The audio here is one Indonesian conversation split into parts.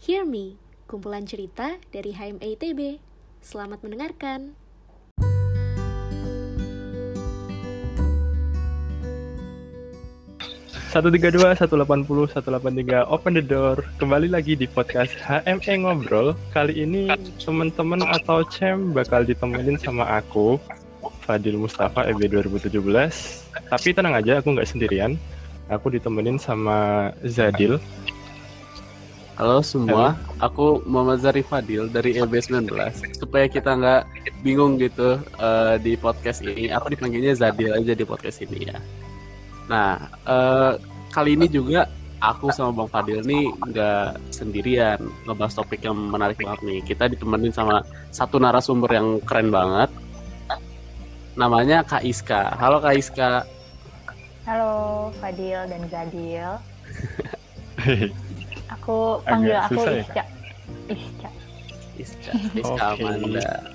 Hear Me, kumpulan cerita dari HMA ITB. Selamat mendengarkan. 132, 180, 183, open the door. Kembali lagi di podcast HME Ngobrol. Kali ini teman-teman atau Cem bakal ditemenin sama aku, Fadil Mustafa, EB 2017. Tapi tenang aja, aku nggak sendirian. Aku ditemenin sama Zadil. Halo semua, aku Muhammad Zari Fadil dari EB19. Supaya kita nggak bingung gitu di podcast ini, aku dipanggilnya Zadil aja di podcast ini ya. Nah, kali ini juga aku sama Bang Fadil nih nggak sendirian ngebahas topik yang menarik banget nih. Kita ditemenin sama satu narasumber yang keren banget. Namanya Kak Iska. Halo Kak Iska. Halo Fadil dan Zadil. Aku panggil aku Isca. Ya? Isca okay. Amanda.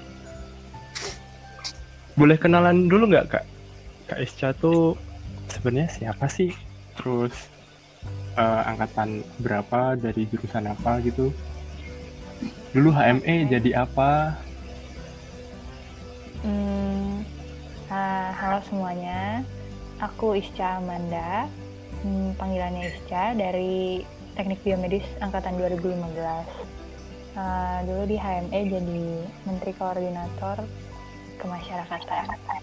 Boleh kenalan dulu nggak Kak? Kak Isca tuh sebenarnya siapa sih? Terus angkatan berapa, dari jurusan apa gitu? Dulu HME jadi apa? Halo semuanya, aku Isca Amanda, panggilannya Isca dari Teknik Biomedis angkatan 2015. Dulu di HME jadi Menteri Koordinator Kemasyarakatan.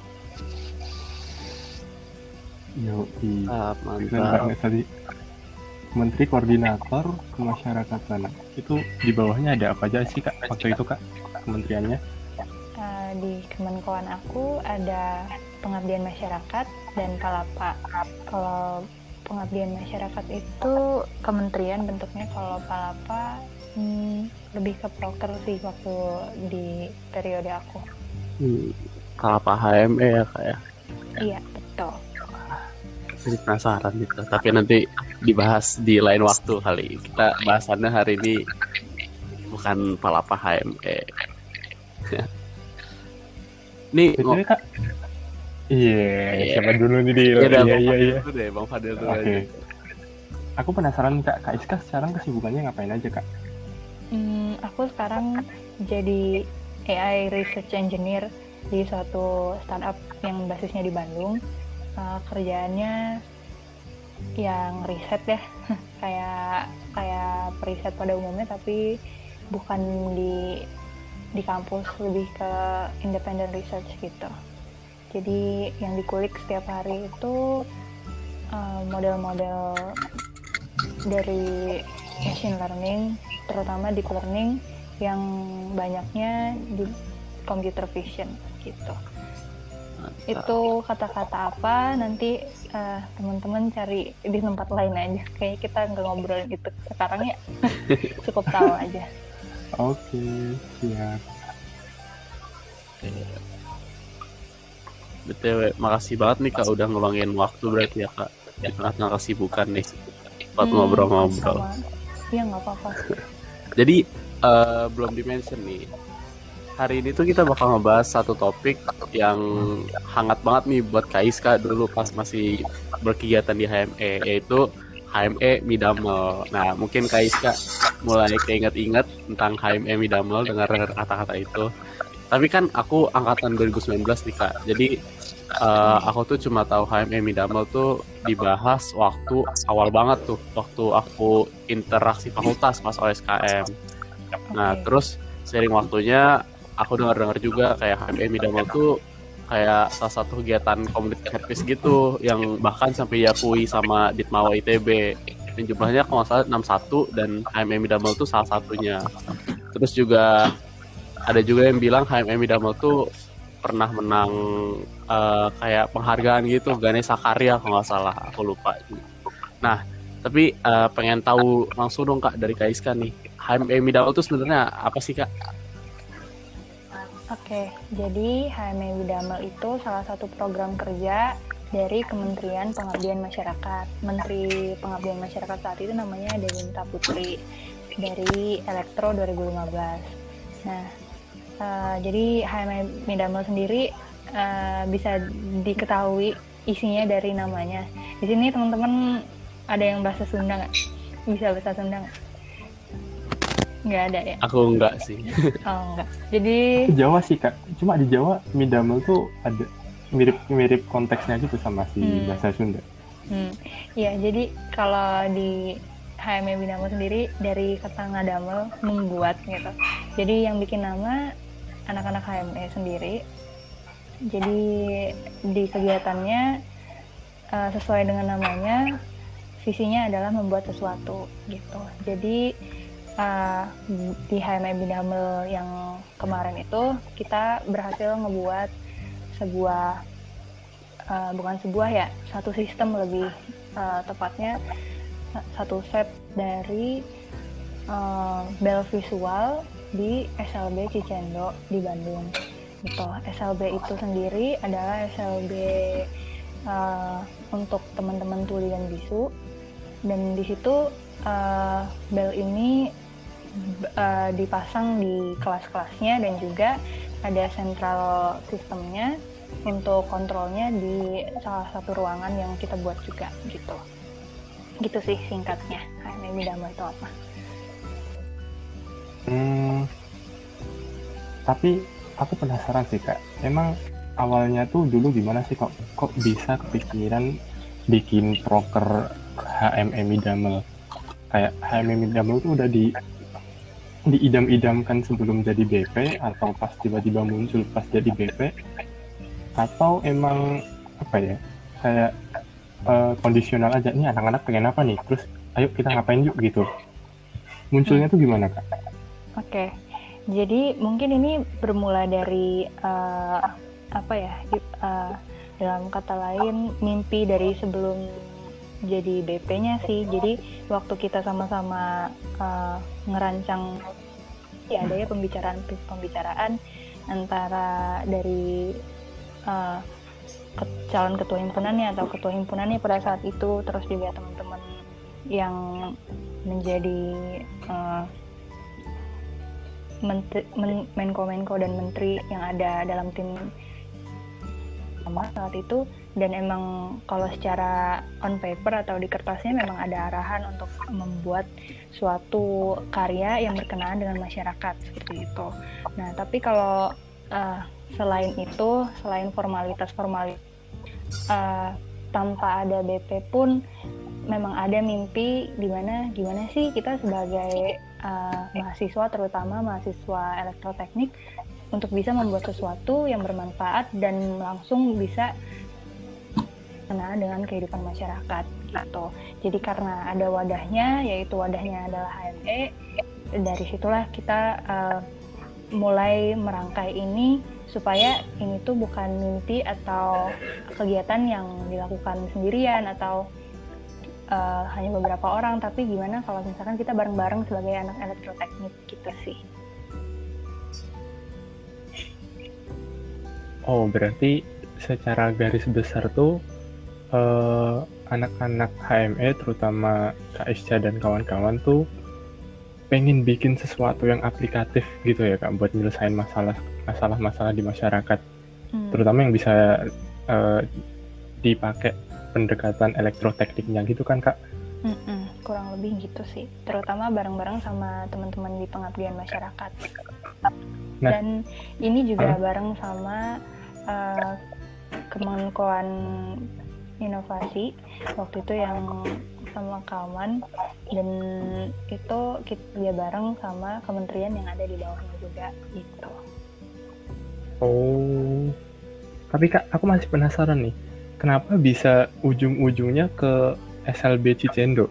Keren banget tadi. Menteri Koordinator Kemasyarakatan. Itu di bawahnya ada apa aja sih Kak waktu itu Kak kementeriannya? Di Kemenkoan aku ada Pengabdian Masyarakat dan Palapa. Kalau Pengabdian Masyarakat itu kementerian bentuknya, kalau Palapa lebih ke proker sih waktu di periode aku. Palapa HME ya Kak ya? Iya, betul. Jadi penasaran gitu, tapi nanti dibahas di lain waktu kali. Kita bahasannya hari ini bukan Palapa HME. Nih, Kak. Siapa dulu nih Dil? Iya. Itu deh, Bang Fadil dulu aja. Aku penasaran Kak Iska sekarang kesibukannya ngapain aja Kak? Aku sekarang jadi AI Research Engineer di suatu startup yang basisnya di Bandung. Kerjaannya yang riset ya, kayak periset pada umumnya, tapi bukan di kampus, lebih ke independent research gitu. Jadi yang dikulik setiap hari itu model-model dari machine learning, terutama deep learning yang banyaknya di computer vision gitu. Itu kata-kata apa nanti teman-teman cari di tempat lain aja. Kayaknya kita nggak ngobrolin itu sekarang ya. Cukup tahu aja. Oke, siap. BTW, makasih banget nih Kak udah ngeluangin waktu berarti ya Kak. Di tengah-tengah kesibukan nih buat ngobrol-ngobrol. Iya, nggak apa-apa. Jadi belum di-mention nih. Hari ini tuh kita bakal ngebahas satu topik yang hangat banget nih buat Kak Iska dulu pas masih berkegiatan di HME, yaitu HME Midamel. Nah, mungkin Kak Iska mulai keinget-inget tentang HME Midamel, dengar kata-kata itu. Tapi kan aku angkatan 2019 nih Kak, jadi aku tuh cuma tahu HME Midamel tuh dibahas waktu awal banget tuh, waktu aku interaksi fakultas pas OSKM. Nah, terus seiring waktunya aku dengar juga kayak HME Midamel tuh kayak salah satu kegiatan community service gitu yang bahkan sampai diakui sama Ditmawa ITB. Dan jumlahnya kalau nggak salah 61 dan HME Midamel tuh salah satunya. Terus juga ada juga yang bilang HME Midamel tuh pernah menang kayak penghargaan gitu, Ganesha Karya kalau nggak salah, aku lupa. Nah, tapi pengen tahu langsung dong Kak dari Kak Iska nih, HME Midamel tuh sebenarnya apa sih Kak? Oke, jadi HME Midamel itu salah satu program kerja dari Kementerian Pengabdian Masyarakat. Menteri Pengabdian Masyarakat saat itu namanya Devintha Putri dari Elektro 2015. Nah, jadi HME Midamel sendiri bisa diketahui isinya dari namanya. Di sini teman-teman ada yang bahasa Sunda nggak? Bisa bahasa Sunda nggak? Nggak ada ya? Aku enggak sih. Oh, enggak. Jadi Di Jawa sih Kak, cuma di Jawa midamel tuh ada mirip-mirip konteksnya gitu sama si bahasa Sunda. ya jadi kalau di HME Bidamel sendiri dari kata ngadamel, membuat gitu. Jadi yang bikin nama anak-anak HME sendiri. Jadi di kegiatannya sesuai dengan namanya, visinya adalah membuat sesuatu gitu. Jadi di HME Bidamel yang kemarin itu kita berhasil ngebuat sebuah bukan sebuah ya, satu sistem lebih tepatnya satu set dari bel visual di SLB Cicendo di Bandung. Gitu. SLB itu sendiri adalah SLB untuk teman-teman tuli dan bisu, dan di situ bel ini dipasang di kelas-kelasnya dan juga ada central sistemnya untuk kontrolnya di salah satu ruangan yang kita buat juga gitu sih singkatnya. HME Bidamel itu apa? Tapi aku penasaran sih Kak, emang awalnya tuh dulu gimana sih kok bisa kepikiran bikin proker HME Bidamel? Kayak HME Bidamel tuh udah diidam-idamkan sebelum jadi BP, atau pas tiba-tiba muncul pas jadi BP, atau emang apa ya, kayak kondisional aja, nih anak-anak pengen apa nih, terus ayo kita ngapain yuk gitu. Munculnya tuh gimana Kak? Oke, jadi mungkin ini bermula dari dalam kata lain mimpi dari sebelum jadi BP-nya sih. Jadi waktu kita sama-sama ngerancang, ya ada ya pembicaraan antara dari calon ketua himpunannya atau ketua himpunannya pada saat itu, terus juga teman-teman yang menjadi Menko dan menteri yang ada dalam tim sama saat itu. Dan emang kalau secara on paper atau di kertasnya memang ada arahan untuk membuat suatu karya yang berkenaan dengan masyarakat seperti itu. Nah, tapi kalau selain itu, selain formalitas tanpa ada BP pun memang ada mimpi gimana sih kita sebagai mahasiswa, terutama mahasiswa elektroteknik, untuk bisa membuat sesuatu yang bermanfaat dan langsung bisa kena dengan kehidupan masyarakat gitu. Jadi karena ada wadahnya, yaitu wadahnya adalah HME, dari situlah kita mulai merangkai ini supaya ini tuh bukan mimpi atau kegiatan yang dilakukan sendirian atau hanya beberapa orang, tapi gimana kalau misalkan kita bareng-bareng sebagai anak elektroteknik gitu sih. Oh, berarti secara garis besar tuh anak-anak HME terutama Kak Isca dan kawan-kawan tuh pengen bikin sesuatu yang aplikatif gitu ya Kak, buat nyelesain masalah-masalah di masyarakat, terutama yang bisa dipakai pendekatan elektrotekniknya gitu kan Kak? Kurang lebih gitu sih, terutama bareng-bareng sama teman-teman di pengabdian masyarakat. Nah, dan ini juga bareng sama Kemenkoan Inovasi waktu itu yang sama kawan, dan itu kita bareng sama kementerian yang ada di bawahnya juga gitu. Oh, tapi Kak, aku masih penasaran nih, kenapa bisa ujung-ujungnya ke SLB Cicendo?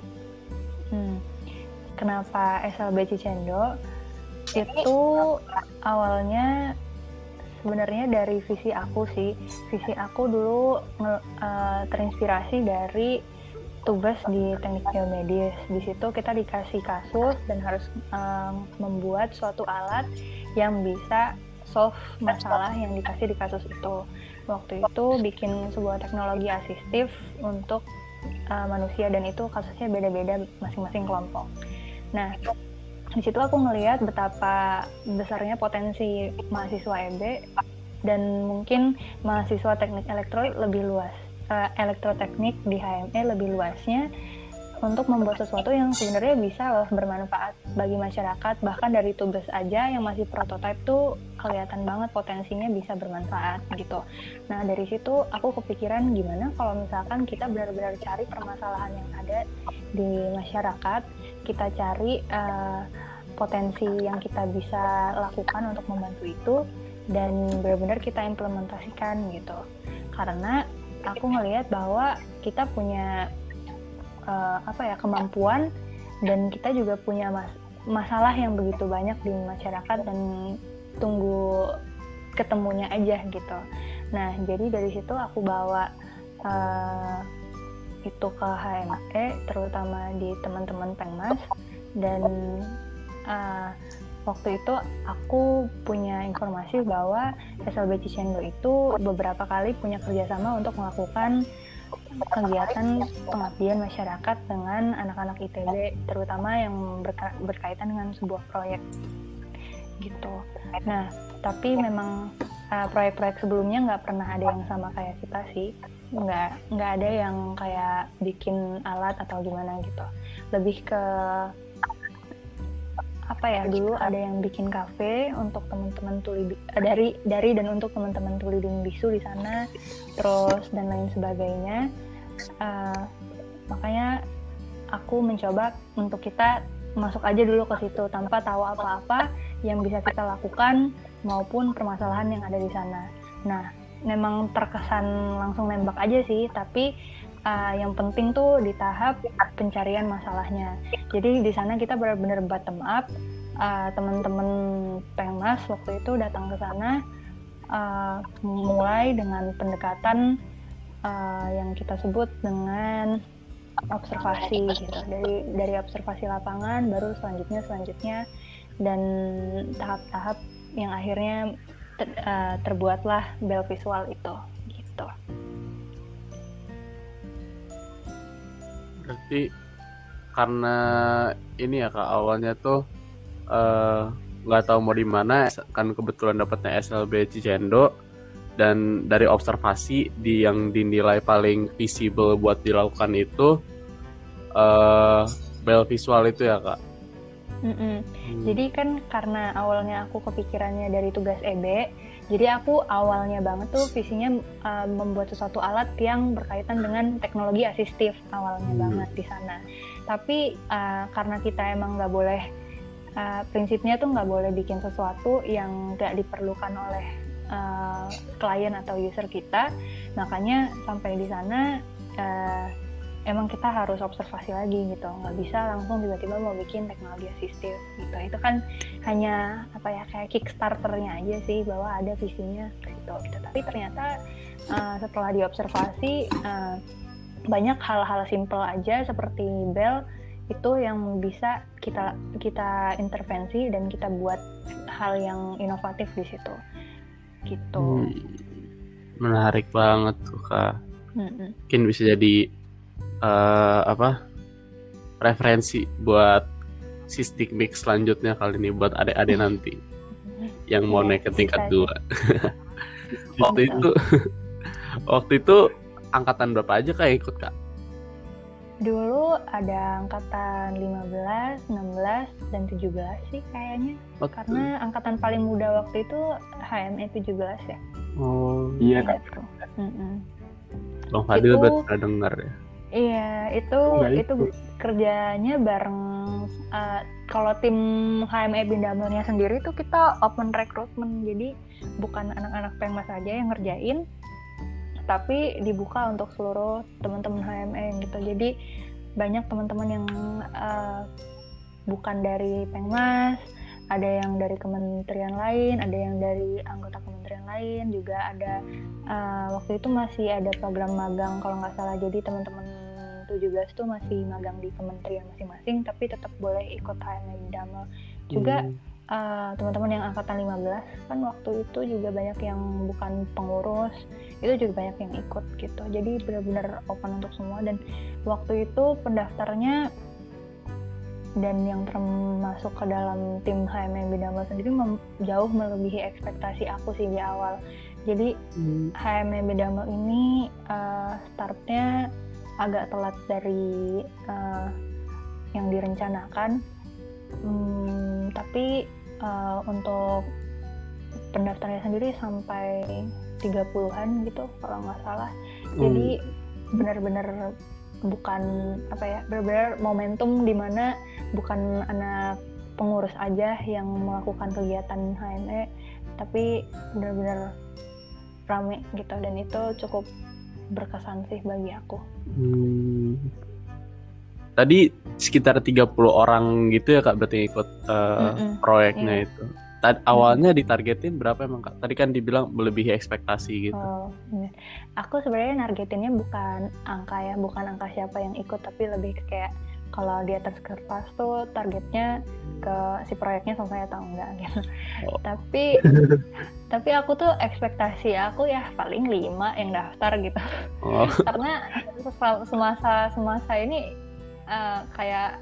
Kenapa SLB Cicendo? Itu awalnya sebenarnya dari visi aku sih. Visi aku dulu terinspirasi dari tugas di teknik biomedis. Di situ kita dikasih kasus dan harus membuat suatu alat yang bisa solve masalah yang dikasih di kasus itu. Waktu itu bikin sebuah teknologi asistif untuk manusia, dan itu kasusnya beda-beda masing-masing kelompok. Nah, di situ aku ngelihat betapa besarnya potensi mahasiswa EB dan mungkin mahasiswa teknik elektro lebih luas, elektroteknik di HME lebih luasnya untuk membuat sesuatu yang sebenarnya bisa loh bermanfaat bagi masyarakat. Bahkan dari tugas aja yang masih prototipe tuh kelihatan banget potensinya bisa bermanfaat gitu. Nah dari situ aku kepikiran gimana kalau misalkan kita benar-benar cari permasalahan yang ada di masyarakat, kita cari potensi yang kita bisa lakukan untuk membantu itu, dan benar-benar kita implementasikan gitu. Karena aku ngelihat bahwa kita punya kemampuan, dan kita juga punya masalah yang begitu banyak di masyarakat dan tunggu ketemunya aja gitu. Nah jadi dari situ aku bawa itu ke HME, terutama di teman-teman Pengmas, dan waktu itu aku punya informasi bahwa SLB Cicendo itu beberapa kali punya kerjasama untuk melakukan kegiatan pengabdian masyarakat dengan anak-anak ITB, terutama yang berkaitan dengan sebuah proyek gitu. Nah, tapi memang proyek-proyek sebelumnya nggak pernah ada yang sama kayak kita sih, nggak ada yang kayak bikin alat atau gimana gitu. Lebih ke dulu ada yang bikin kafe untuk teman-teman tuli dari dan untuk teman-teman tuli dan bisu di sana, terus dan lain sebagainya. Makanya aku mencoba untuk kita masuk aja dulu ke situ tanpa tahu apa-apa yang bisa kita lakukan maupun permasalahan yang ada di sana. Nah, memang terkesan langsung nembak aja sih, tapi yang penting tuh di tahap pencarian masalahnya. Jadi di sana kita benar-benar bottom up. Teman-teman Pengmas waktu itu datang ke sana, mulai dengan pendekatan yang kita sebut dengan observasi gitu. Dari observasi lapangan, baru selanjutnya, dan tahap-tahap yang akhirnya terbuatlah bel visual itu gitu. Berarti karena ini ya Kak, awalnya tuh nggak tahu mau di mana, kan kebetulan dapatnya SLB Cicendo, dan dari observasi yang dinilai paling visible buat dilakukan itu bel visual itu ya Kak. Jadi kan karena awalnya aku kepikirannya dari tugas EB, jadi aku awalnya banget tuh visinya membuat sesuatu alat yang berkaitan dengan teknologi asistif awalnya banget di sana. Tapi karena kita emang nggak boleh, prinsipnya tuh nggak boleh bikin sesuatu yang nggak diperlukan oleh klien atau user kita, makanya sampai di sana emang kita harus observasi lagi gitu, nggak bisa langsung tiba-tiba mau bikin teknologi asistif gitu. Itu kan hanya kayak kickstarternya aja sih, bahwa ada visinya gitu. Tapi ternyata setelah diobservasi banyak hal-hal simple aja seperti bel itu yang bisa kita intervensi dan kita buat hal yang inovatif di situ gitu. Menarik banget tuh Kak. Mungkin bisa jadi referensi buat Sistik Mix selanjutnya kali ini buat adik-adik nanti yang mau naik ke tingkat 2. Waktu itu angkatan berapa aja Kak yang ikut Kak? Dulu ada angkatan 15, 16, dan 17 sih kayaknya. Karena angkatan paling muda waktu itu HME 17 ya. Oh iya. Bang Fadil udah pernah dengar ya? Iya, itu kerjanya bareng. Kalau tim HME Bindamelnya sendiri tuh kita open recruitment, jadi bukan anak-anak Pengmas aja yang ngerjain, tapi dibuka untuk seluruh teman-teman HME gitu. Jadi banyak teman-teman yang bukan dari Pengmas, ada yang dari kementerian lain, ada yang dari anggota kementerian lain, juga ada waktu itu masih ada program magang kalau nggak salah. Jadi teman-teman 17 tuh masih magang di kementerian masing-masing, tapi tetap boleh ikut HME Bindamel. Juga teman-teman yang angkatan 15 kan waktu itu juga banyak yang bukan pengurus, itu juga banyak yang ikut gitu. Jadi benar-benar open untuk semua, dan waktu itu pendaftarnya dan yang termasuk ke dalam tim HME Bindamel sendiri jauh melebihi ekspektasi aku sih di awal. Jadi HME Bindamel ini startnya agak telat dari yang direncanakan. Tapi untuk pendaftarnya sendiri sampai 30-an gitu kalau nggak salah. Jadi benar-benar bukan benar-benar momentum di mana bukan anak pengurus aja yang melakukan kegiatan HME, tapi benar-benar rame gitu, dan itu cukup berkesan sih bagi aku. Tadi sekitar 30 orang gitu ya Kak berarti ikut proyeknya itu. Awalnya ditargetin berapa emang Kak? Tadi kan dibilang melebihi ekspektasi gitu. Aku sebenarnya nargetinnya bukan angka siapa yang ikut, tapi lebih kayak kalau di atas kertas tuh targetnya ke si proyeknya selesai atau enggak gitu. Tapi aku tuh ekspektasi aku ya paling 5 yang daftar gitu. Karena semasa ini kayak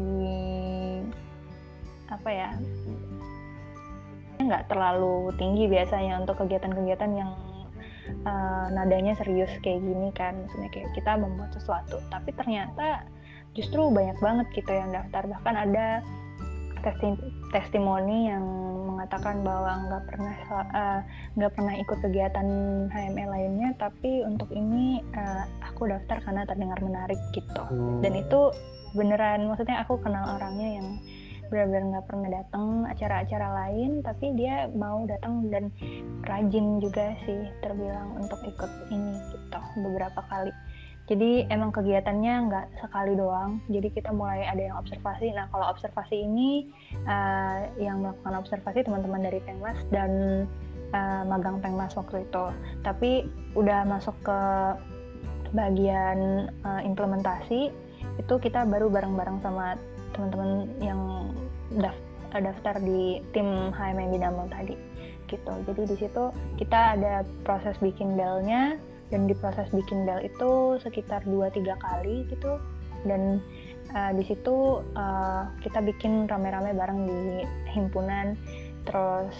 nggak terlalu tinggi biasanya untuk kegiatan-kegiatan yang nadanya serius kayak gini kan, maksudnya kayak kita membuat sesuatu, tapi ternyata justru banyak banget gitu yang daftar. Bahkan ada testimoni yang mengatakan bahwa nggak pernah ikut kegiatan HME lainnya, tapi untuk ini aku daftar karena terdengar menarik gitu. Dan itu beneran, maksudnya aku kenal orangnya yang benar-benar nggak pernah datang acara-acara lain, tapi dia mau datang dan rajin juga sih terbilang untuk ikut ini gitu beberapa kali. Jadi emang kegiatannya nggak sekali doang, jadi kita mulai ada yang observasi. Nah kalau observasi ini yang melakukan observasi teman-teman dari Pengmas dan magang Pengmas waktu itu, tapi udah masuk ke bagian implementasi itu kita baru bareng-bareng sama teman-teman yang daftar di tim HME Bidamel tadi gitu. Jadi di situ kita ada proses bikin belnya, dan di proses bikin bel itu sekitar 2-3 kali gitu, dan di situ kita bikin rame-rame bareng di himpunan. Terus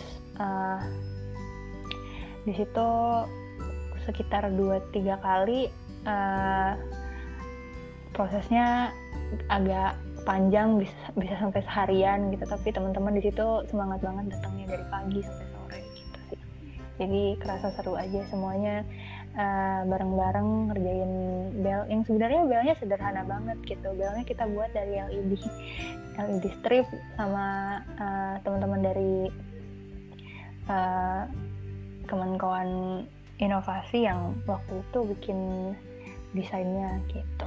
di situ sekitar 2-3 kali prosesnya agak panjang, bisa sampai seharian gitu, tapi teman-teman di situ semangat banget datangnya dari pagi sampai sore gitu sih. Jadi kerasa seru aja semuanya bareng-bareng ngerjain bel yang sebenarnya belnya sederhana banget gitu. Belnya kita buat dari LED strip sama teman-teman dari Kemenkoan Inovasi yang waktu itu bikin desainnya gitu.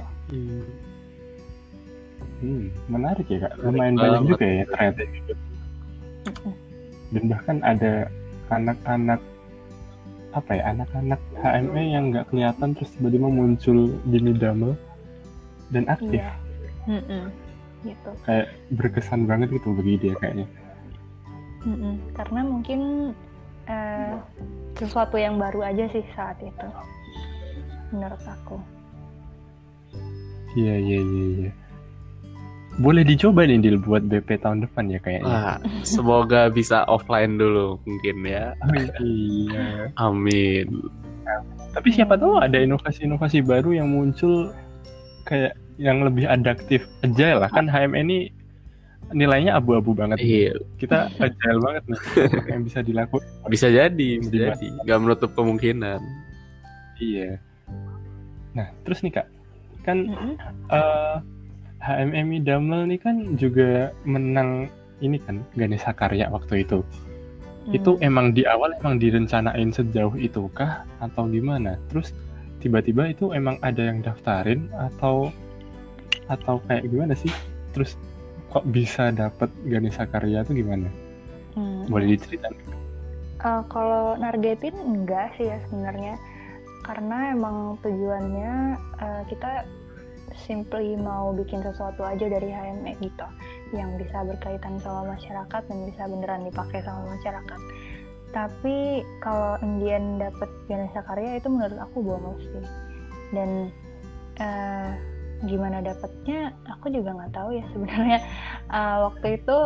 Menarik ya Kak, lumayan banyak juga ya ternyata gitu. Dan bahkan ada anak-anak HME yang nggak kelihatan terus tiba-tiba muncul di Midamel dan aktif. Gitu. Kayak berkesan banget gitu bagi dia kayaknya. Karena mungkin sesuatu yang baru aja sih saat itu, menurut aku. Iya. Boleh dicoba nih Dil buat BP tahun depan ya kayaknya. Semoga bisa offline dulu mungkin ya. Iya. Amin. Tapi siapa tahu ada inovasi-inovasi baru yang muncul kayak yang lebih adaptif, agile lah kan. HME ini nilainya abu-abu banget. Iya. Kita agile banget nih yang bisa dilakukan. Bisa jadi. Gak menutup kemungkinan. Iya. Nah terus nih Kak, kan HME Midamel ini kan juga menang ini kan Ganesha Karya waktu itu. Itu emang di awal direncanain sejauh itu kah atau gimana? Terus tiba-tiba itu emang ada yang daftarin atau kayak gimana sih? Terus kok bisa dapet Ganesha Karya itu gimana? Boleh diceritain? Kalau nargetin enggak sih ya sebenarnya, karena emang tujuannya kita simply mau bikin sesuatu aja dari HME gitu, yang bisa berkaitan sama masyarakat dan bisa beneran dipakai sama masyarakat. Tapi kalau Indian dapat Ganesha Karya itu menurut aku bonus sih. Dan gimana dapatnya aku juga nggak tahu ya sebenarnya. Waktu itu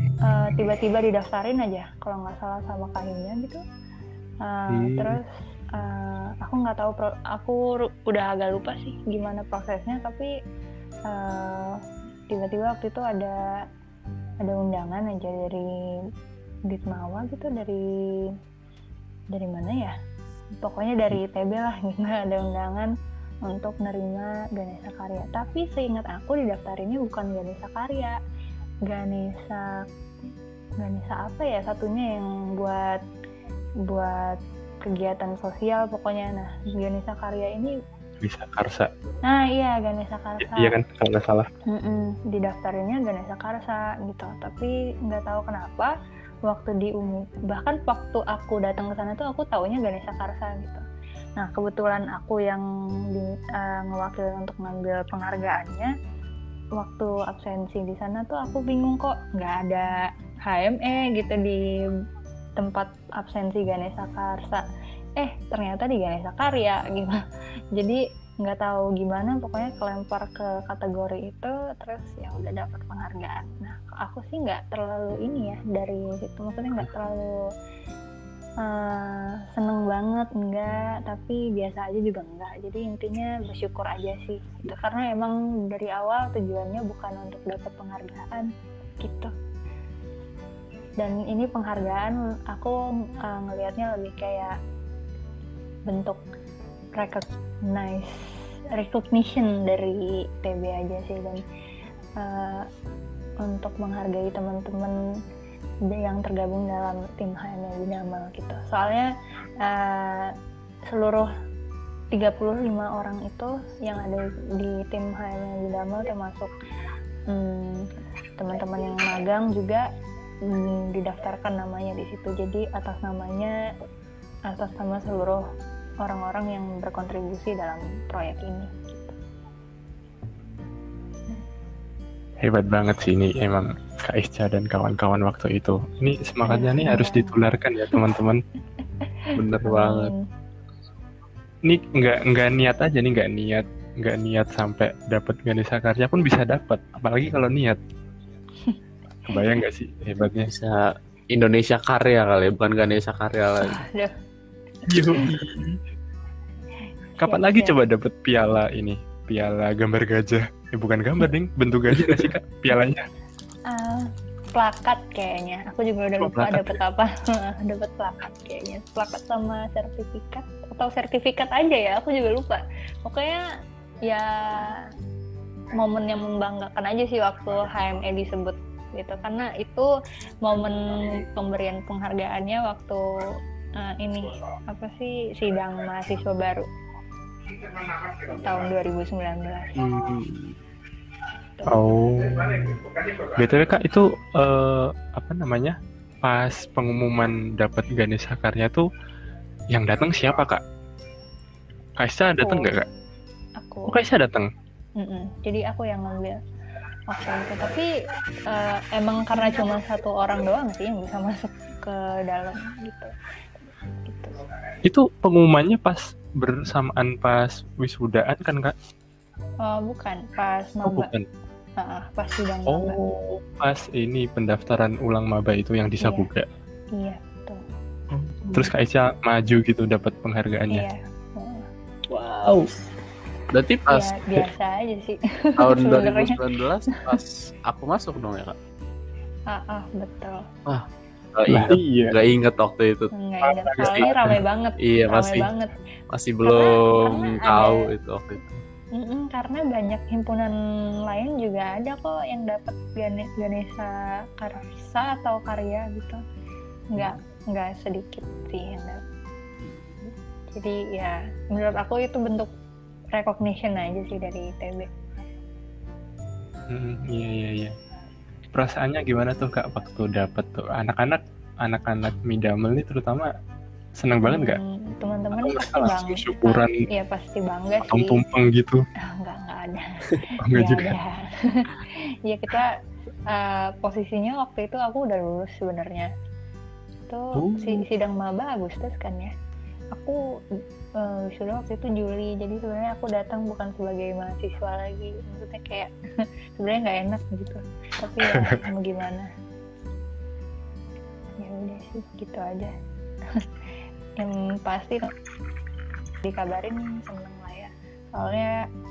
tiba-tiba didaftarin aja kalau nggak salah sama Kahimnya gitu. Terus aku nggak tahu aku udah agak lupa sih gimana prosesnya, tapi tiba-tiba waktu itu ada undangan aja dari Ditmawa gitu, dari mana ya, pokoknya dari ITB lah gitu, ada undangan untuk nerima Ganesha Karya. Tapi seingat aku didaftarinnya bukan Ganesha Karya, Ganesha apa ya satunya yang buat kegiatan sosial pokoknya. Nah, Ganesha Karya ini Bisa Karsa. nah iya Ganesha Karsa. Iya kan kalau nggak salah. Didaftarinnya Ganesha Karsa gitu, tapi nggak tahu kenapa waktu bahkan waktu aku datang ke sana tuh aku taunya Ganesha Karsa gitu. Nah, kebetulan aku yang ngewakilin untuk ngambil penghargaannya, waktu absensi di sana tuh aku bingung kok nggak ada HME gitu di tempat absensi Ganesha Karsa. Ternyata di Ganesha Karya gitu. Jadi nggak tahu gimana, pokoknya kelempar ke kategori itu, terus ya udah dapat penghargaan. Nah, aku sih nggak terlalu ini ya dari situ, maksudnya nggak terlalu seneng banget, enggak, tapi biasa aja juga enggak. Jadi intinya bersyukur aja sih gitu. Karena emang dari awal tujuannya bukan untuk dapat penghargaan gitu. Dan ini penghargaan aku ngelihatnya lebih kayak bentuk recognition dari TB aja sih, dan untuk menghargai teman-teman yang tergabung dalam tim HME Bidama gitu. Soalnya seluruh 35 orang itu yang ada di tim HME Bidama, termasuk teman-teman yang magang juga didaftarkan namanya di situ. Jadi atas nama seluruh orang-orang yang berkontribusi dalam proyek ini. Hebat banget sih ini emang Kak Isca dan kawan-kawan waktu itu. Ini semangatnya nih harus ditularkan ya teman-teman. Bener banget. Ini nggak niat aja nih, nggak niat sampai dapat Ganesha Karya pun bisa dapat. Apalagi kalau niat. Kebayang nggak sih hebatnya? Bisa Indonesia Karya kali, bukan Ganesha Karya lagi. Kapan lagi coba dapat piala ini? Piala gambar gajah. Bukan gambar ding, bentuk gajah nggak sih Kak pialanya? Plakat kayaknya. Aku juga udah lupa dapat ya? apa. Dapat plakat kayaknya. Plakat sama sertifikat atau sertifikat aja ya. Aku juga lupa. Pokoknya ya momen yang membanggakan aja sih waktu HME disebut gitu. Karena itu momen pemberian penghargaannya waktu ini apa sih, sidang mahasiswa baru tahun 2019. Oh, BTW Kak itu apa namanya, pas pengumuman dapat Ganesha Karya tuh yang datang siapa Kak? Kaisa datang nggak Kak? Aku. Oh, Kaisa datang. Jadi aku yang ngambil waktu itu. Tapi emang karena cuma satu orang doang sih yang bisa masuk ke dalam gitu. Itu pengumumannya pas bersamaan pas wisudaan kan Kak? Bukan, pas maba. Bukan. Pas sidang maba. Oh, pas ini pendaftaran ulang maba itu yang di Sabuga. Iya, betul. Terus Kak Isca maju gitu dapat penghargaannya. Iya. Wow. Berarti pas ya, biasa aja sih. Tahun 2019 pas aku masuk dong ya Kak? Betul. Gak inget waktu itu. Nggak inget, soalnya ramai banget. Iya, masih belum tahu itu waktu itu. Karena banyak himpunan lain juga ada kok yang dapat Ganesha Karsa atau Karya gitu. Nggak sedikit sih yang dapat. Jadi ya menurut aku itu bentuk recognition aja sih dari ITB. Iya. Perasaannya gimana tuh Kak waktu dapat tuh? Anak-anak Midamel ini terutama senang banget nggak? Teman-teman pasti bangga. Syukuran. Iya pasti bangga sih. Tumpeng gitu. Nggak ada. Nggak juga. Ya kita posisinya waktu itu aku udah lulus sebenarnya. Itu sidang maba Agustus kan ya. Aku sudah waktu itu Juli, jadi sebenarnya aku datang bukan sebagai mahasiswa lagi, maksudnya kayak sebenarnya nggak enak gitu, tapi ya mau gimana, ya udah sih gitu aja. Yang pasti dikabarin seneng lah ya, soalnya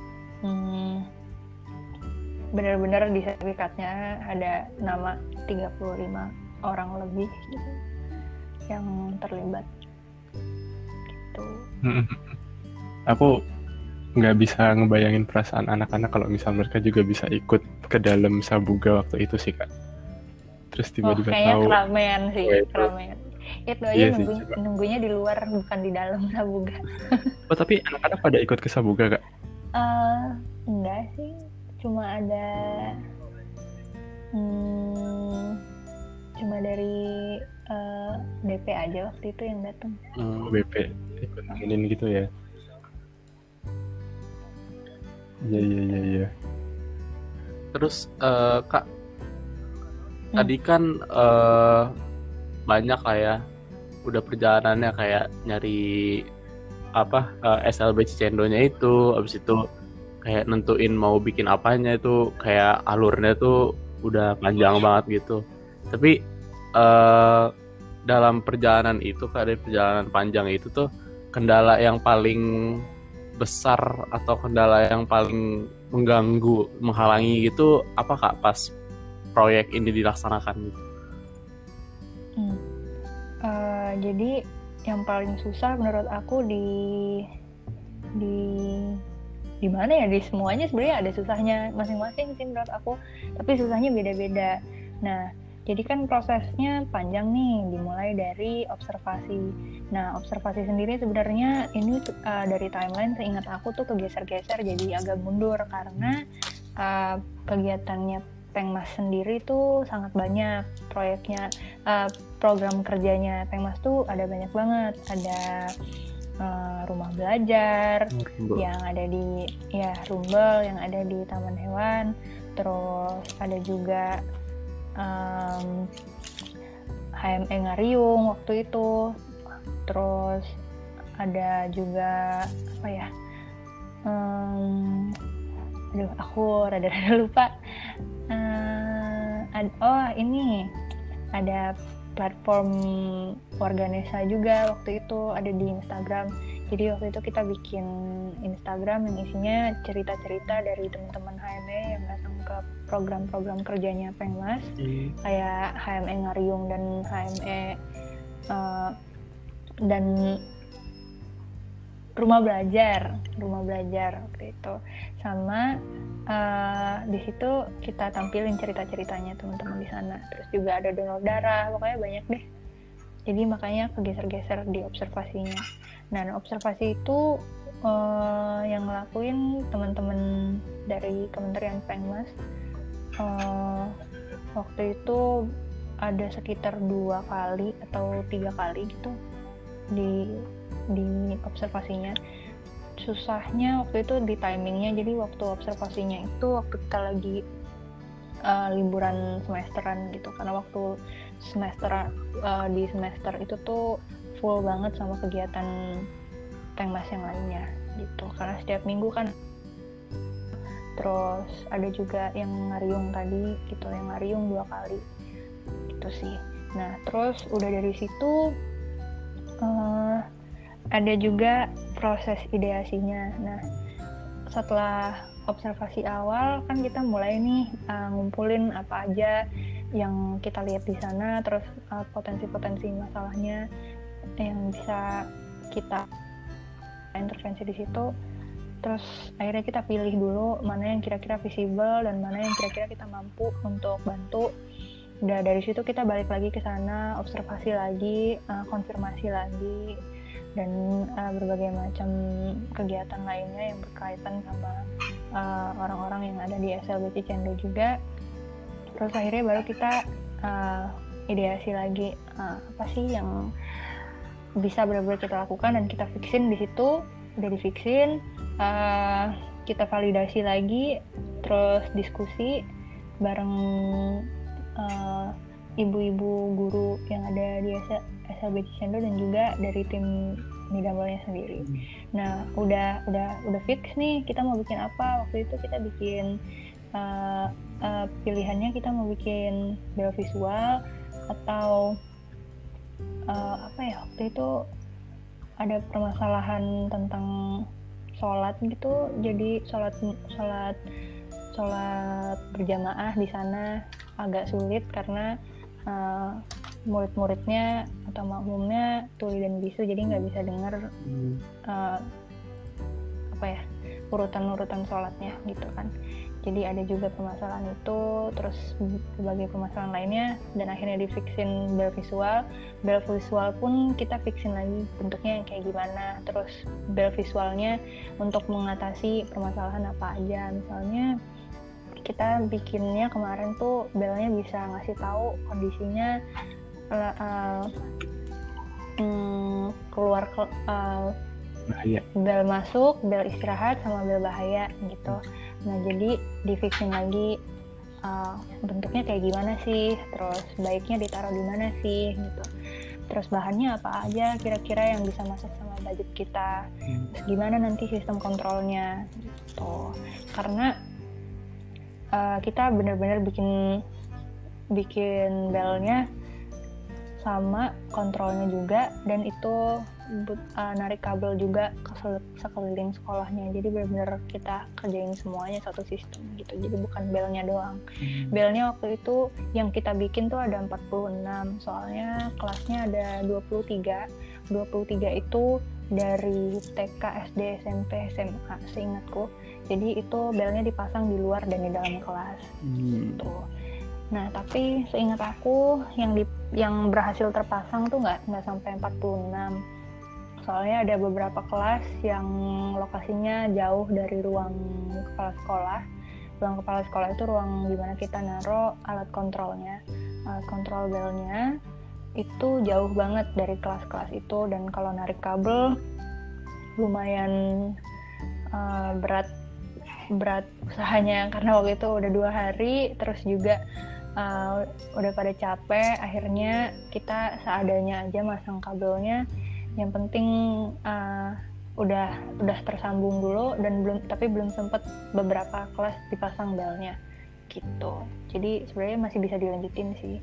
benar-benar di sertifikatnya ada nama 35 orang lebih gitu yang terlibat gitu. Aku nggak bisa ngebayangin perasaan anak-anak kalau misal mereka juga bisa ikut ke dalam Sabuga waktu itu sih Kak. Terus tiba-tiba kayaknya tahu keramaian sih, itu. keramaian. Itu aja Iya sih, nunggunya di luar bukan di dalam Sabuga. Oh tapi anak-anak pada ikut ke Sabuga Kak? Enggak sih, cuma ada cuma dari DP aja waktu itu yang datang. BP ikut nemenin gitu ya? Iya. Terus Kak, tadi kan banyak lah ya, udah perjalanannya kayak nyari SLB Cicendonya itu, abis itu kayak nentuin mau bikin apanya itu, kayak alurnya tuh udah panjang banget gitu. Tapi dalam perjalanan itu, dari perjalanan panjang itu tuh, kendala yang paling besar atau kendala yang paling mengganggu, menghalangi gitu apa Kak pas proyek ini dilaksanakan gitu? Jadi yang paling susah menurut aku di mana ya, di semuanya sebenarnya ada susahnya masing-masing sih menurut aku, tapi susahnya beda-beda. Nah, jadi kan prosesnya panjang nih, dimulai dari observasi. Nah, observasi sendiri sebenarnya ini dari timeline seingat aku tuh kegeser-geser jadi agak mundur karena kegiatannya Pengmas sendiri tuh sangat banyak proyeknya, program kerjanya Pengmas tuh ada banyak banget. Ada rumah belajar yang ada di Rumbel, yang ada di Taman Hewan, terus ada juga HME Ngariung waktu itu, terus ada juga apa ya, aku rada-rada lupa. Ini ada platform Warganesa juga waktu itu ada di Instagram. Jadi waktu itu kita bikin Instagram yang isinya cerita-cerita dari teman-teman HME yang datang ke program-program kerjanya Pengmas, kayak HME Ngariung dan HME dan rumah belajar waktu itu. Sama di situ kita tampilin cerita-ceritanya teman-teman di sana. Terus juga ada donor darah, pokoknya banyak deh. Jadi makanya kegeser-geser di observasinya. Nah, observasi itu yang ngelakuin teman-teman dari Kementerian Pengmas. Waktu itu ada sekitar 2 kali atau 3 kali gitu di observasinya. Susahnya waktu itu di timingnya. Jadi waktu observasinya itu waktu kita lagi liburan semesteran gitu, karena waktu di semester itu tuh full banget sama kegiatan Pengmas yang lainnya gitu, karena setiap minggu kan. Terus ada juga yang Ngariung tadi gitu, yang Ngariung 2 kali gitu sih. Nah terus udah dari situ ada juga proses ideasinya. Nah, setelah observasi awal kan kita mulai nih ngumpulin apa aja yang kita lihat di sana, terus potensi-potensi masalahnya yang bisa kita intervensi di situ. Terus akhirnya kita pilih dulu mana yang kira-kira visible dan mana yang kira-kira kita mampu untuk bantu. Udah dari situ kita balik lagi ke sana, observasi lagi, konfirmasi lagi, dan berbagai macam kegiatan lainnya yang berkaitan sama orang-orang yang ada di SLB Cicendo juga. Terus akhirnya baru kita ideasi lagi apa sih yang bisa benar-benar kita lakukan, dan kita fixin di situ. Udah di-fixin, kita validasi lagi, terus diskusi bareng ibu-ibu guru yang ada di SLB Cicendo dan juga dari tim Midambalnya sendiri. Nah, udah fix nih kita mau bikin apa. Waktu itu kita bikin pilihannya kita mau bikin bel visual atau apa ya, waktu itu ada permasalahan tentang sholat gitu, jadi sholat berjamaah di sana agak sulit karena murid-muridnya atau makmumnya tuli dan bisu, jadi nggak bisa dengar urutan-urutan sholatnya gitu kan. Jadi ada juga permasalahan itu, terus berbagai permasalahan lainnya, dan akhirnya difixin bel visual pun kita fixin lagi bentuknya yang kayak gimana, terus bel visualnya untuk mengatasi permasalahan apa aja. Misalnya kita bikinnya kemarin tuh belnya bisa ngasih tahu kondisinya keluar bahaya. Bel masuk, bel istirahat, sama bel bahaya gitu. Nah jadi difixin lagi bentuknya kayak gimana sih, terus baiknya ditaruh di mana sih gitu, terus bahannya apa aja kira-kira yang bisa masuk sama budget kita, terus gimana nanti sistem kontrolnya gitu. Karena kita benar-benar bikin belnya sama kontrolnya juga, dan itu narik kabel juga ke sekeliling sekolahnya. Jadi benar-benar kita kerjain semuanya satu sistem gitu. Jadi bukan belnya doang. Belnya waktu itu yang kita bikin tuh ada 46, soalnya kelasnya ada 23. 23 itu dari TK, SD, SMP, SMA seingatku. Jadi itu belnya dipasang di luar dan di dalam kelas gitu. Nah tapi seingat aku yang berhasil terpasang tuh nggak sampai 46. Soalnya ada beberapa kelas yang lokasinya jauh dari ruang kepala sekolah. Ruang kepala sekolah itu ruang dimana kita naruh alat kontrolnya. Alat kontrol belnya itu jauh banget dari kelas-kelas itu, dan kalau narik kabel lumayan berat usahanya, karena waktu itu udah 2 hari, terus juga udah pada capek. Akhirnya kita seadanya aja masang kabelnya. Yang penting udah tersambung dulu, dan belum sempet beberapa kelas dipasang belnya gitu. Jadi sebenarnya masih bisa dilanjutin sih.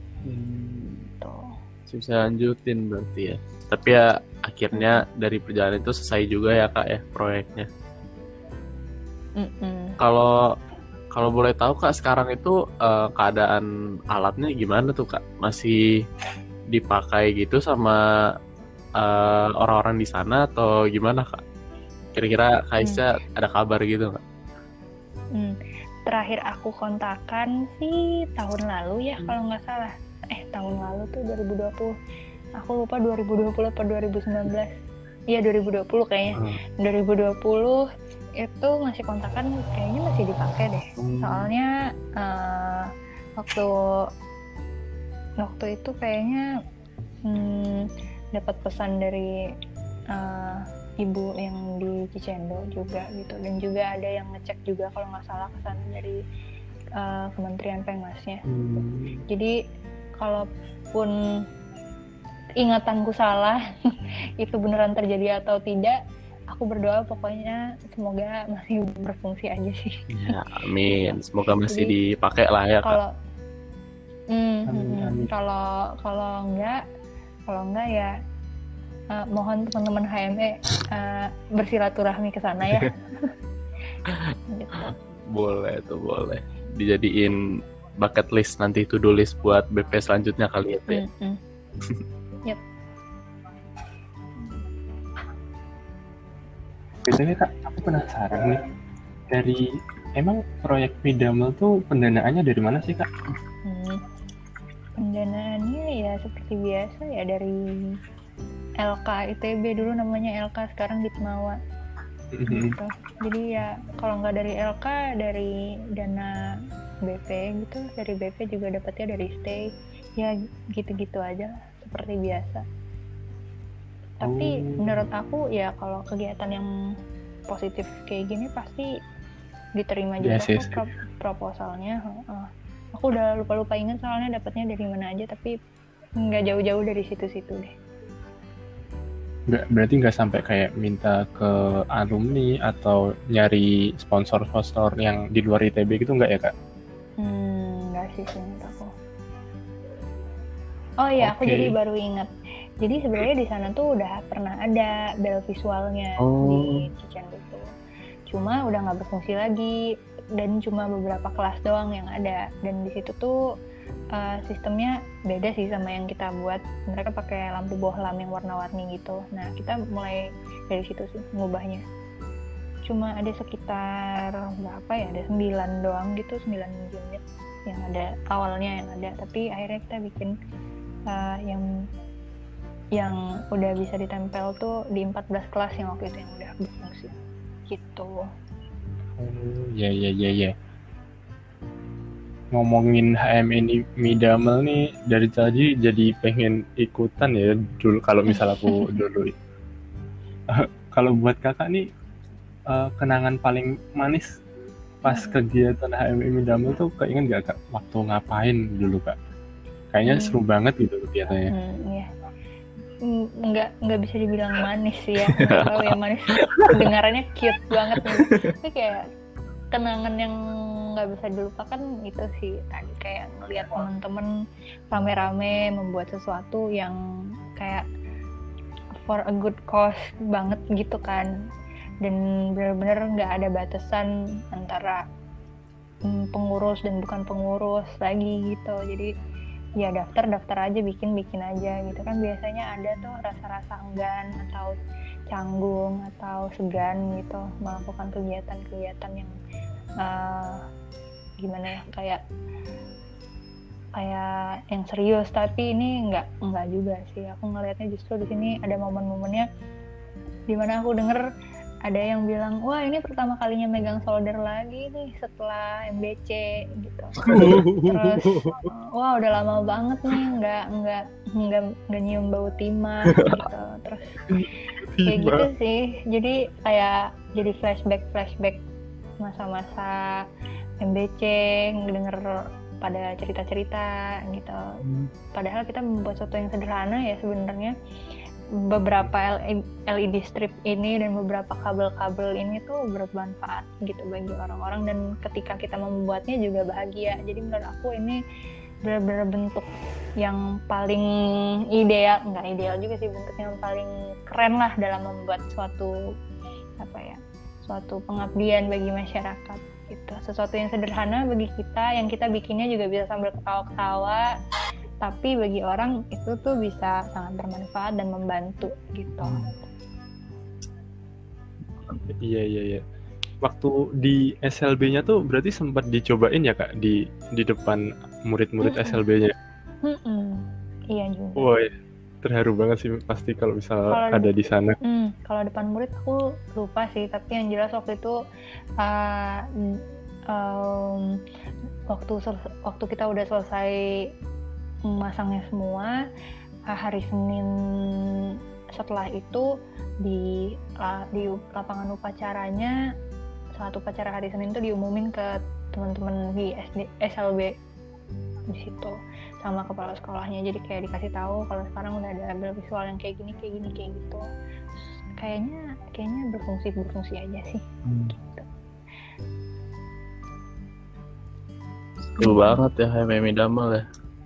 Bisa lanjutin berarti ya. Tapi ya akhirnya dari perjalanan itu selesai juga ya Kak ya proyeknya. Kalau boleh tahu Kak, sekarang itu keadaan alatnya gimana tuh Kak? Masih dipakai gitu sama orang-orang di sana atau gimana Kak? Kira-kira Kaisa ada kabar gitu Kak? Terakhir aku kontakan sih tahun lalu ya kalau nggak salah. Tahun lalu tuh 2020. Aku lupa 2020 atau 2019. Iya 2020 kayaknya. 2020 itu masih kontakan, kayaknya masih dipakai deh. Soalnya waktu itu kayaknya dapat pesan dari ibu yang di Cicendo juga gitu, dan juga ada yang ngecek juga kalau nggak salah kesana dari Kementerian Pengmasnya. Jadi kalaupun ingatanku salah itu beneran terjadi atau tidak, aku berdoa pokoknya semoga masih berfungsi aja sih. Ya, amin. Semoga masih dipakai lah ya Kak. Kalau enggak ya mohon teman-teman HME bersilaturahmi ke sana ya. Gitu. Boleh dijadiin bucket list nanti, to-do list buat BP selanjutnya kali ya. Yep. Biasanya Kak, aku penasaran nih, dari emang proyek Midamel tuh pendanaannya dari mana sih Kak? Pendanaannya ya seperti biasa ya dari LK ITB, dulu namanya LK, sekarang di Temawa. Gitu. Jadi ya kalau nggak dari LK, dari dana BP gitu, dari BP juga dapatnya dari stay, ya gitu-gitu aja seperti biasa. Tapi menurut aku ya kalau kegiatan yang positif kayak gini pasti diterima juga kok proposalnya. Aku udah lupa ingat soalnya dapatnya dari mana aja, tapi nggak jauh-jauh dari situ-situ deh. Berarti nggak sampai kayak minta ke alumni atau nyari sponsor yang di luar ITB gitu nggak ya Kak? Nggak sih menurut aku. Oh iya, aku jadi baru ingat. Jadi sebenarnya di sana tuh udah pernah ada bel visualnya di Cicandu tuh. Cuma udah nggak berfungsi lagi dan cuma beberapa kelas doang yang ada. Dan di situ tuh sistemnya beda sih sama yang kita buat. Mereka pakai lampu bohlam yang warna-warni gitu. Nah kita mulai dari situ sih ngubahnya. Cuma ada sekitar berapa ya? Ada 9 doang gitu, 9 unit yang ada awalnya yang ada. Tapi akhirnya kita bikin yang udah bisa ditempel tuh di 14 kelas yang waktu itu yang udah berfungsi gitu. Ya. Ngomongin HMI Midamel nih dari tadi jadi pengen ikutan ya dulu kalau misal aku dulu. Kalau buat kakak nih kenangan paling manis pas kegiatan HMI Midamel tuh keinget gak kak waktu ngapain dulu kak? Kayaknya seru banget gitu kegiatannya. Iya. Nggak bisa dibilang manis sih ya, nggak tahu ya manis, kedengarannya cute banget nih. Tapi kayak kenangan yang nggak bisa dilupakan itu sih tadi, kayak ngeliat teman-teman rame-rame membuat sesuatu yang kayak for a good cause banget gitu kan, dan benar-benar nggak ada batasan antara pengurus dan bukan pengurus lagi gitu. Jadi ya daftar aja, bikin aja gitu kan. Biasanya ada tuh rasa-rasa enggan atau canggung atau segan gitu melakukan kegiatan yang gimana ya, kayak yang serius. Tapi ini enggak juga sih. Aku ngelihatnya justru di sini ada momen-momennya dimana aku denger ada yang bilang, wah ini pertama kalinya megang solder lagi nih setelah MBC gitu. Terus, wah udah lama banget nih nggak nyium bau timah gitu. Terus kayak gitu sih. Jadi kayak jadi flashback masa-masa MBC, denger pada cerita-cerita gitu. Padahal kita membuat sesuatu yang sederhana ya sebenarnya. Beberapa LED strip ini dan beberapa kabel-kabel ini tuh bermanfaat gitu bagi orang-orang, dan ketika kita membuatnya juga bahagia. Jadi menurut aku ini benar-benar bentuk yang paling ideal, nggak ideal juga sih, bentuk yang paling keren lah dalam membuat suatu pengabdian bagi masyarakat gitu. Sesuatu yang sederhana bagi kita, yang kita bikinnya juga bisa sambil ketawa-ketawa, tapi bagi orang itu tuh bisa sangat bermanfaat dan membantu gitu. Iya. Waktu di SLB-nya tuh berarti sempat dicobain ya kak di depan murid-murid SLB-nya? Iya juga. Woi, terharu banget sih pasti kalau misal ada di sana. Kalau depan murid aku lupa sih, tapi yang jelas waktu itu waktu kita udah selesai memasangnya semua, hari Senin setelah itu di lapangan upacaranya, saat upacara hari Senin itu diumumin ke teman-teman di SLB di situ sama kepala sekolahnya. Jadi kayak dikasih tahu kalau sekarang udah ada bel visual yang kayak gini gitu. Kayaknya berfungsi aja sih. Gitu. Seru banget ya HMI Midamel ya.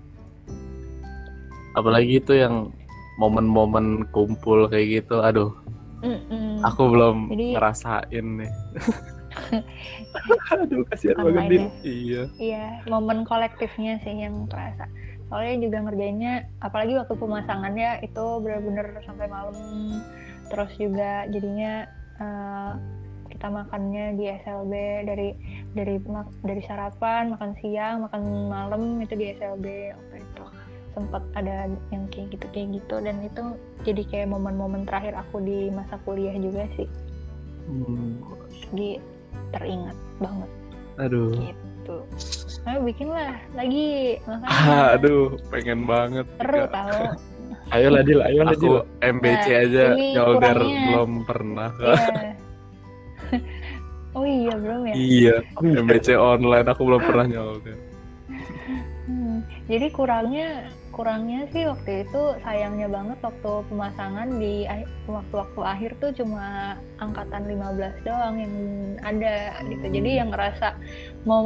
Apalagi itu yang momen-momen kumpul kayak gitu, aduh. Aku belum ngerasain nih. Aduh, kasihan banget Din. Iya, momen kolektifnya sih yang terasa. Soalnya juga ngerjainnya, apalagi waktu pemasangannya itu benar-benar sampai malam. Terus juga jadinya kita makannya di SLB dari sarapan, makan siang, makan malam itu di SLB waktu itu. Sempat ada yang kayak gitu, dan itu jadi kayak momen-momen terakhir aku di masa kuliah juga sih. Jadi teringat banget. Aduh. Gitu. Ayo bikin lah lagi, makanya. Aduh, pengen banget. Seru tahu. Ayo Ladil. Aku MBC aja nyolder belum pernah. Iya. Oh iya belum ya? Iya, MBC online aku belum pernah nyolder. Jadi kurangnya sih waktu itu sayangnya banget waktu pemasangan di waktu akhir tuh cuma angkatan 15 doang yang ada gitu. Jadi yang ngerasa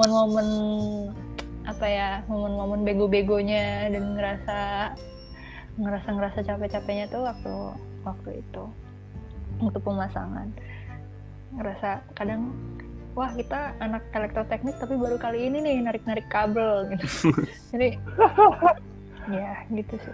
momen-momen bego-begonya dan ngerasa ngerasa capek-capeknya tuh waktu itu, waktu pemasangan. Ngerasa kadang, wah kita anak elektroteknik tapi baru kali ini nih narik kabel gitu. Jadi ya gitu sih.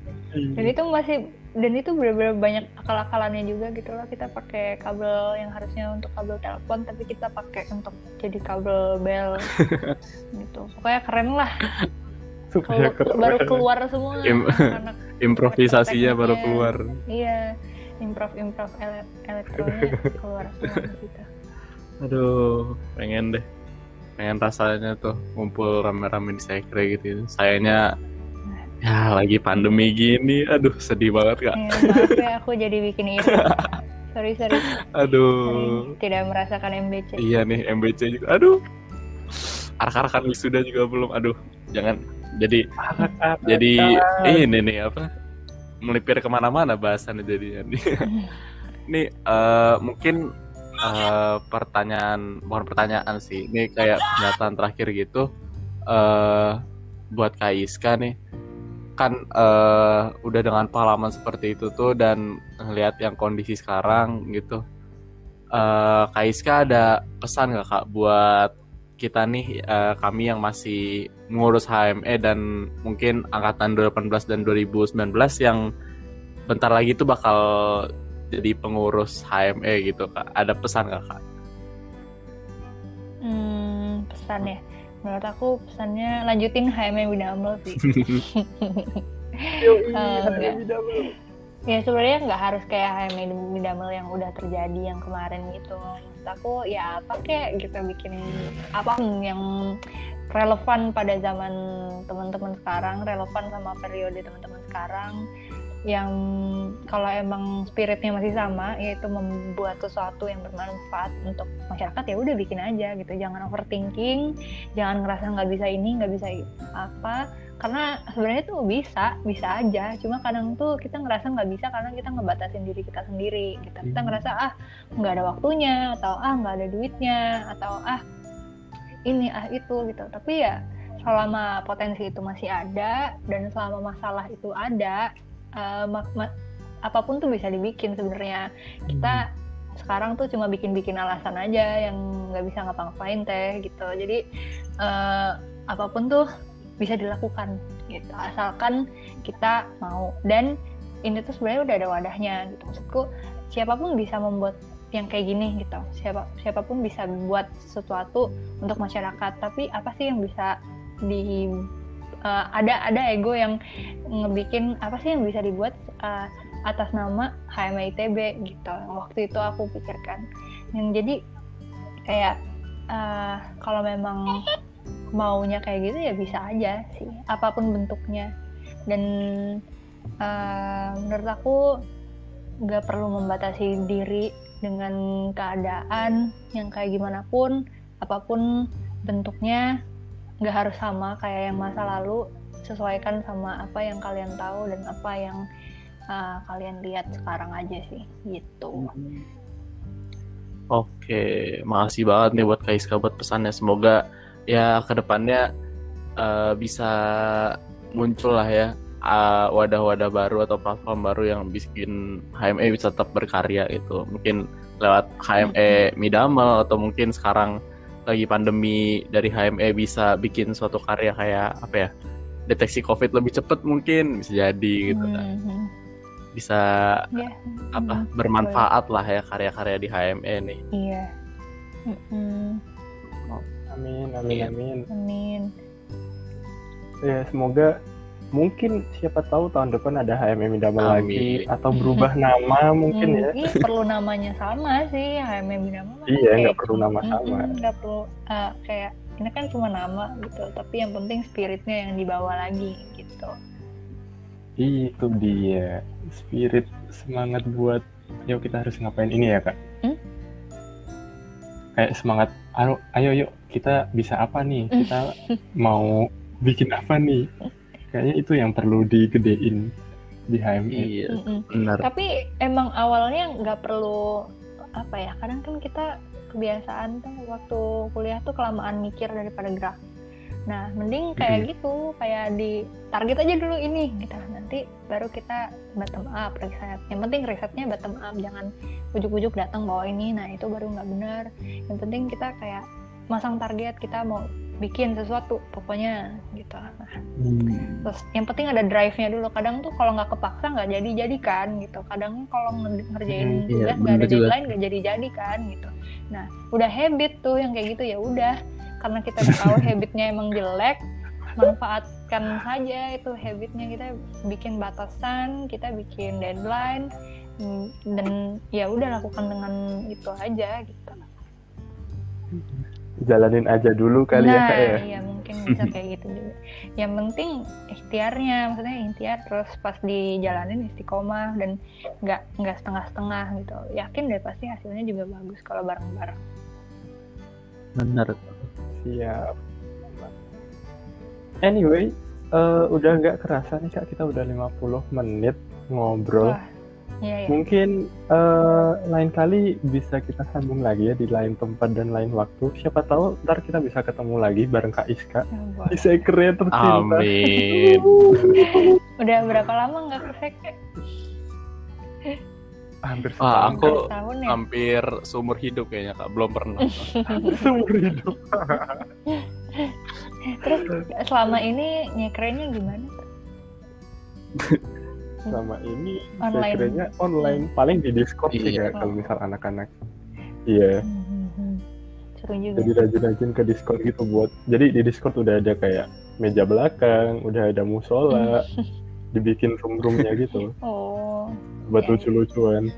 Dan itu benar-benar banyak akal-akalannya juga gitu loh. Kita pakai kabel yang harusnya untuk kabel telepon, tapi kita pakai untuk jadi kabel bel gitu. Pokoknya keren lah. Baru keluar semua anak improvisasinya baru keluar. Iya, improv elektronya keluar semua gitu. Aduh, pengen rasanya tuh ngumpul rame-rame di sekre gitu. Sayangnya ya lagi pandemi gini, aduh sedih banget Kak. Maaf ya, aku jadi bikin iri. Sorry. Aduh. Tidak merasakan MBC. Iya nih, MBC juga. Aduh. Arak-arakan wisuda juga belum. Aduh, jangan. Jadi ini nih apa? Melipir kemana-mana bahasannya jadinya. Nih mungkin bukan pertanyaan sih. Ini kayak pernyataan terakhir gitu. Buat Kak Iska nih. Kan udah dengan pengalaman seperti itu tuh dan ngelihat yang kondisi sekarang gitu, Kak Iska ada pesan gak Kak buat kita nih, kami yang masih mengurus HME dan mungkin angkatan 2018 dan 2019 yang bentar lagi tuh bakal jadi pengurus HME gitu Kak, ada pesan gak Kak? Pesan ya, menurut aku pesannya lanjutin HME Widamel sih. Ya sebenarnya nggak harus kayak HME Widamel yang udah terjadi yang kemarin gitu. Maksud aku ya apa kayak gitu, bikin apa yang relevan pada zaman teman-teman sekarang, relevan sama periode teman-teman sekarang, yang kalau emang spiritnya masih sama, yaitu membuat sesuatu yang bermanfaat untuk masyarakat, ya udah bikin aja gitu. Jangan overthinking, jangan ngerasa nggak bisa ini, nggak bisa apa, karena sebenarnya tuh bisa aja. Cuma kadang tuh kita ngerasa nggak bisa karena kita ngebatasin diri kita sendiri gitu. Kita ngerasa nggak ada waktunya, atau nggak ada duitnya, atau ini itu gitu. Tapi ya selama potensi itu masih ada dan selama masalah itu ada, apapun tuh bisa dibikin sebenarnya. Kita sekarang tuh cuma bikin alasan aja yang nggak bisa ngapa-ngapain gitu. Jadi apapun tuh bisa dilakukan gitu, asalkan kita mau. Dan ini tuh sebenarnya udah ada wadahnya gitu. Maksudku siapapun bisa membuat yang kayak gini gitu. Siapapun bisa buat sesuatu untuk masyarakat. Tapi apa sih yang bisa ada ego yang ngebikin apa sih yang bisa dibuat atas nama HME ITB gitu. Waktu itu aku pikirkan. Dan jadi kayak kalau memang maunya kayak gitu ya bisa aja sih, apapun bentuknya. Dan menurut aku nggak perlu membatasi diri dengan keadaan yang kayak gimana pun, apapun bentuknya. Nggak harus sama kayak yang masa lalu, sesuaikan sama apa yang kalian tahu dan apa yang kalian lihat sekarang aja sih gitu. Oke, makasih banget nih buat Kak Iska buat pesannya. Semoga ya kedepannya bisa muncul lah ya wadah-wadah baru atau platform baru yang bikin HME bisa tetap berkarya gitu. Mungkin lewat HME Midamel, atau mungkin sekarang lagi pandemi dari HME bisa bikin suatu karya kayak apa ya, deteksi COVID lebih cepat mungkin bisa jadi gitu kan. Bisa bermanfaat lah ya karya-karya di HME nih. Iya. Amin. Ya semoga mungkin siapa tahu tahun depan ada HME Midamel lagi, atau berubah nama mungkin ya. Perlu namanya sama sih HME Midamel. Iya, nggak perlu nama sama. Nggak perlu kayak ini kan cuma nama gitu, tapi yang penting spiritnya yang dibawa lagi gitu. Itu dia, spirit, semangat buat yuk kita harus ngapain ini ya Kak. Kayak semangat, ayo yuk kita bisa apa nih, kita mau bikin apa nih. Kayaknya itu yang perlu digedein di HME. Iya, benar. Tapi emang awalnya nggak perlu apa ya, kadang kan kita kebiasaan tuh waktu kuliah tuh kelamaan mikir daripada gerak. Nah, mending kayak gitu, kayak di target aja dulu ini gitu. Nanti baru kita bottom up riset. Yang penting risetnya bottom up, jangan ujuk-ujuk datang bawa ini. Nah, itu baru nggak benar. Yang penting kita kayak masang target, kita mau bikin sesuatu pokoknya gitu. Nah, terus yang penting ada drive-nya dulu. Kadang tuh kalau nggak kepaksa nggak jadi kan gitu. Kadang kalau ngerjain tugas nggak ada deadline nggak jadi kan gitu. Nah, udah habit tuh yang kayak gitu, ya udah, karena kita tahu habitnya emang jelek, manfaatkan saja itu habitnya. Kita bikin batasan, kita bikin deadline, dan ya udah lakukan dengan itu aja gitu. Jalanin aja dulu kali ya Kak ya. Iya mungkin bisa kayak gitu juga. Yang penting ikhtiarnya, maksudnya ikhtiar, terus pas dijalanin istiqomah dan nggak setengah-setengah gitu. Yakin deh pasti hasilnya juga bagus kalau bareng-bareng. Bener. Siap. Anyway, udah nggak kerasa nih Kak, kita udah 50 menit ngobrol. Wah, iya. Mungkin lain kali bisa kita sambung lagi ya di lain tempat dan lain waktu. Siapa tahu ntar kita bisa ketemu lagi bareng Kak Iska di Sekre tercinta. Amin. Udah berapa lama nggak ke Sek? Hampir Aku setahun ya? hampir seumur hidup kayaknya Kak, belum pernah. seumur hidup. Terus selama ini nyekrenya gimana? Sama ini Online. Sekrenya online, paling di Discord sih Iya. Kak, kalau misal anak-anak. Iya. Seru juga. Jadi rajin-rajin ke Discord gitu buat. Jadi di Discord udah ada kayak meja belakang, udah ada musola, dibikin room-roomnya gitu Oh, buat iya. lucu-lucuan.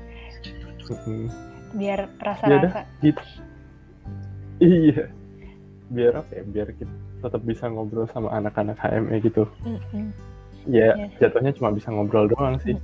Biar Ya rasa-rasa. udah gitu. Iya. Biar apa ya? Biar kita tetap bisa ngobrol sama anak-anak HME gitu. Ya, Yes. jatuhnya cuma bisa ngobrol doang sih.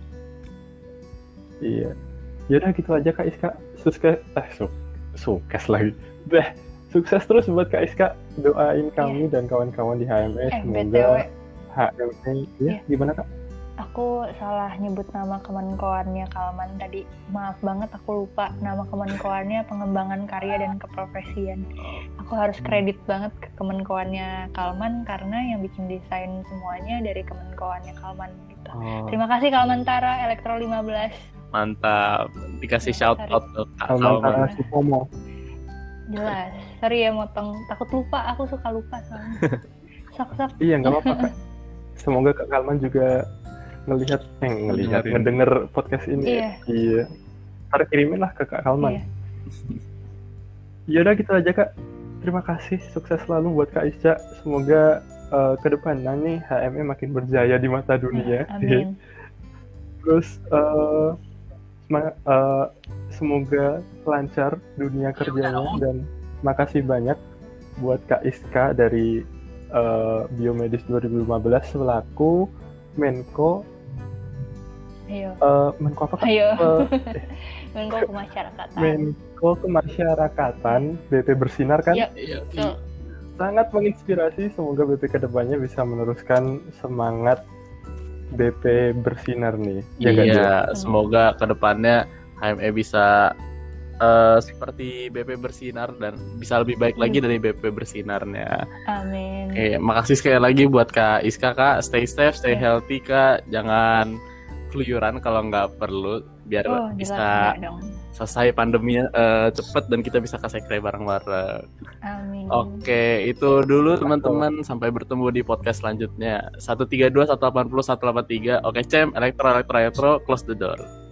Iya. Yaudah gitu aja Kak Iska. Sukses lagi. Sukses terus buat Kak Iska. Doain kami dan kawan-kawan di HME BTW, semoga HME ya, Iya. gimana Kak? aku salah nyebut nama kemenkoannya Kalman tadi. Maaf banget, aku lupa nama kemenkoannya Pengembangan Karya dan Keprofesian. Aku harus kredit banget ke kemenkoannya Kalman karena yang bikin desain semuanya dari kemenkoannya Kalman gitu. Terima kasih Kalmantara Elektro 15. Mantap. Dikasih shout out ke Kak Kalmantara Salman. Supomo. Jelas. Sorry ya motong, takut lupa, aku suka lupa soalnya. Sok-sok. Iya, nggak apa-apa Kak. Semoga Kak Kalman juga ngedenger podcast ini. Iya. Ntar kirimin lah ke Kak Kalman. Iya. Ya udah gitu aja Kak. Terima kasih, sukses selalu buat Kak Isca. Semoga ke depannya nih HME makin berjaya di mata dunia. Amin. Terus semoga lancar dunia kerjanya, dan makasih banyak buat Kak Iska dari Biomedis 2015 selaku Menko. Ayo. Menko apa Kak? Ayo. Menko Kemasyarakatan. Menko Kemasyarakatan BP Bersinar kan? Iya. Betul. Sangat menginspirasi. Semoga BP kedepannya bisa meneruskan semangat BP Bersinar nih. Iya, semoga kedepannya HME bisa seperti BP Bersinar dan bisa lebih baik lagi dari BP Bersinarnya. Amin. Oke, makasih sekali lagi buat Kak Iska Kak. Stay safe, stay healthy Kak. Jangan keluyuran kalau nggak perlu, biar bisa selesai pandeminya cepet dan kita bisa ke Sekre bareng-bareng. Amin. Oke, itu dulu teman-teman. Sampai bertemu di podcast selanjutnya. 132 180 183. Oke, Cem, elektro, close the door.